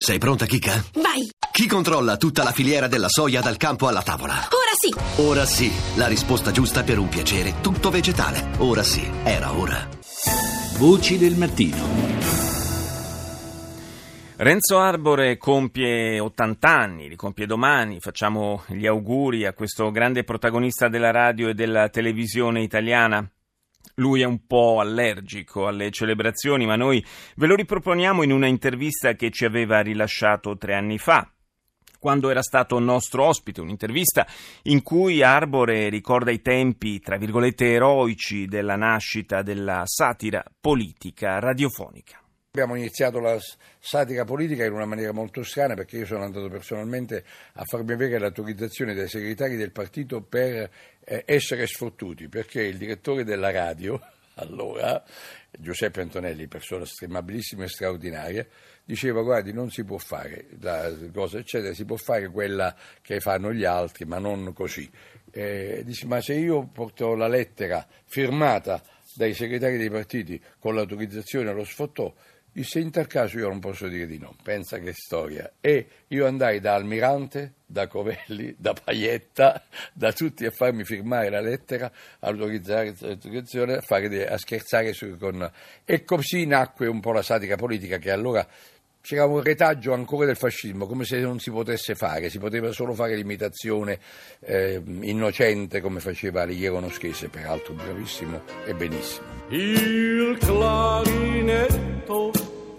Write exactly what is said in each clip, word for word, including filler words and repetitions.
Sei pronta, Kika? Vai! Chi controlla tutta la filiera della soia dal campo alla tavola? Ora sì! Ora sì, la risposta giusta per un piacere tutto vegetale. Ora sì, era ora. Voci del mattino. Renzo Arbore compie ottanta anni, li compie domani, facciamo gli auguri a questo grande protagonista della radio e della televisione italiana. Lui è un po' allergico alle celebrazioni, ma noi ve lo riproponiamo in una intervista che ci aveva rilasciato tre anni fa, quando era stato nostro ospite, un'intervista in cui Arbore ricorda i tempi, tra virgolette, eroici della nascita della satira politica radiofonica. Abbiamo iniziato la satira politica in una maniera molto strana, perché io sono andato personalmente a farmi avere l'autorizzazione dai segretari del partito per eh, essere sfottuti, perché il direttore della radio, allora, Giuseppe Antonelli, persona amabilissima e straordinaria, diceva: guardi, non si può fare la cosa eccetera, si può fare quella che fanno gli altri, ma non così. Eh, dice: ma se io porto la lettera firmata dai segretari dei partiti con l'autorizzazione lo sfottò, se in tal caso io non posso dire di no. Pensa che storia. E io andai da Almirante, da Covelli, da Paietta, da tutti a farmi firmare la lettera, autorizzare l'autorizzazione, a, fare, a scherzare su, con... E così nacque un po' la satira politica, che allora c'era un retaggio ancora del fascismo, come se non si potesse fare, si poteva solo fare l'imitazione eh, innocente, come faceva Alighiero Noschese, peraltro bravissimo e benissimo. Il clarinetto,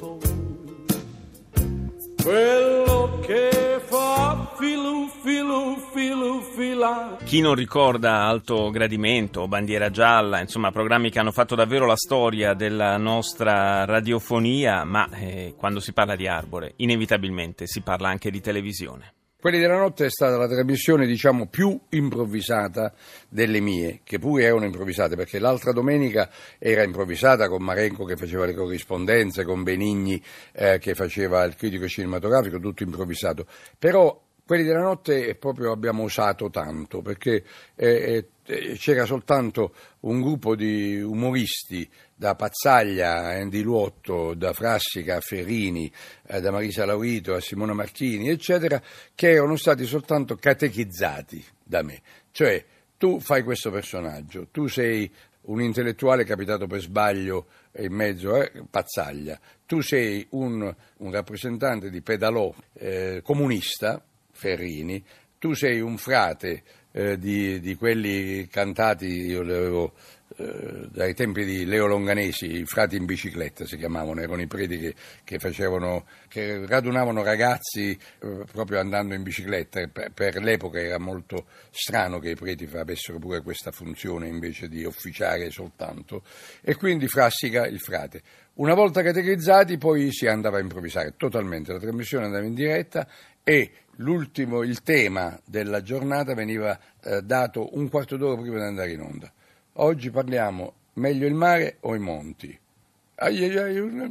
quello che fa filu filu filu fila. Chi non ricorda Alto Gradimento, Bandiera Gialla, insomma programmi che hanno fatto davvero la storia della nostra radiofonia, ma eh, quando si parla di Arbore inevitabilmente si parla anche di televisione. Quelli della notte è stata la trasmissione, diciamo, più improvvisata delle mie, che pure erano improvvisate, perché l'altra domenica era improvvisata con Marenco che faceva le corrispondenze, con Benigni eh, che faceva il critico cinematografico, tutto improvvisato. Però quelli della notte proprio abbiamo usato tanto, perché eh, eh, c'era soltanto un gruppo di umoristi, da Pazzaglia a Andy Luotto, da Frassica a Ferrini, eh, da Marisa Laurito a Simona Marchini, eccetera, che erano stati soltanto catechizzati da me. Cioè, tu fai questo personaggio, tu sei un intellettuale capitato per sbaglio in mezzo a eh, Pazzaglia, tu sei un, un rappresentante di Pedalò eh, comunista, Ferrini, tu sei un frate eh, di, di quelli cantati, io li avevo eh, dai tempi di Leo Longanesi, i frati in bicicletta si chiamavano, erano i preti che, che facevano, che radunavano ragazzi eh, proprio andando in bicicletta. Per, per l'epoca era molto strano che i preti avessero pure questa funzione invece di officiare soltanto, e quindi Frassica il frate. Una volta catechizzati poi si andava a improvvisare totalmente, la trasmissione andava in diretta e l'ultimo, il tema della giornata veniva eh, dato un quarto d'ora prima di andare in onda. Oggi parliamo meglio il mare o i monti? Ai, ai,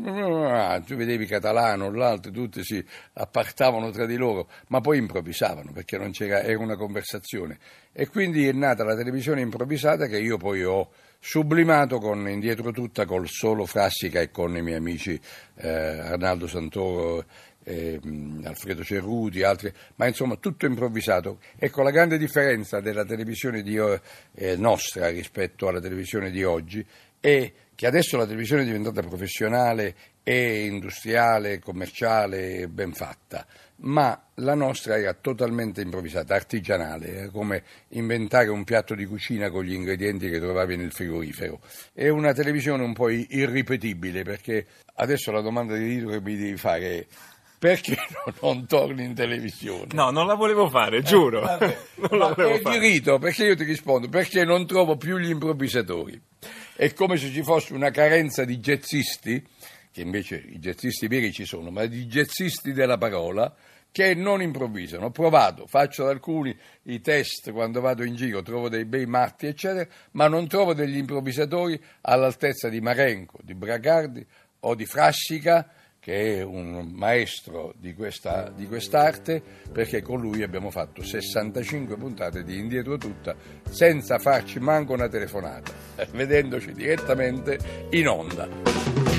ai, tu vedevi Catalano, l'altro, tutti si appartavano tra di loro, ma poi improvvisavano, perché non c'era, era una conversazione. E quindi è nata la televisione improvvisata, che io poi ho sublimato con Indietro Tutta, col solo Frassica e con i miei amici eh, Arnaldo Santoro, eh, Alfredo Cerruti, altri, ma insomma tutto improvvisato. Ecco la grande differenza della televisione di, eh, nostra rispetto alla televisione di oggi è che adesso la televisione è diventata professionale e industriale, commerciale, ben fatta, ma la nostra era totalmente improvvisata, artigianale, era come inventare un piatto di cucina con gli ingredienti che trovavi nel frigorifero. È una televisione un po' irripetibile, perché adesso la domanda di rito che mi devi fare è: perché non torni in televisione? No, non la volevo fare, giuro. Eh, non la volevo è fare. di rito, perché io ti rispondo, perché non trovo più gli improvvisatori. È come se ci fosse una carenza di jazzisti, che invece i jazzisti veri ci sono, ma di jazzisti della parola, che non improvvisano. Ho provato, faccio ad alcuni i test quando vado in giro, trovo dei bei matti, eccetera, ma non trovo degli improvvisatori all'altezza di Marenco, di Bragardi o di Frassica, che è un maestro di questa di quest'arte, perché con lui abbiamo fatto sessantacinque puntate di Indietro Tutta senza farci manco una telefonata, vedendoci direttamente in onda.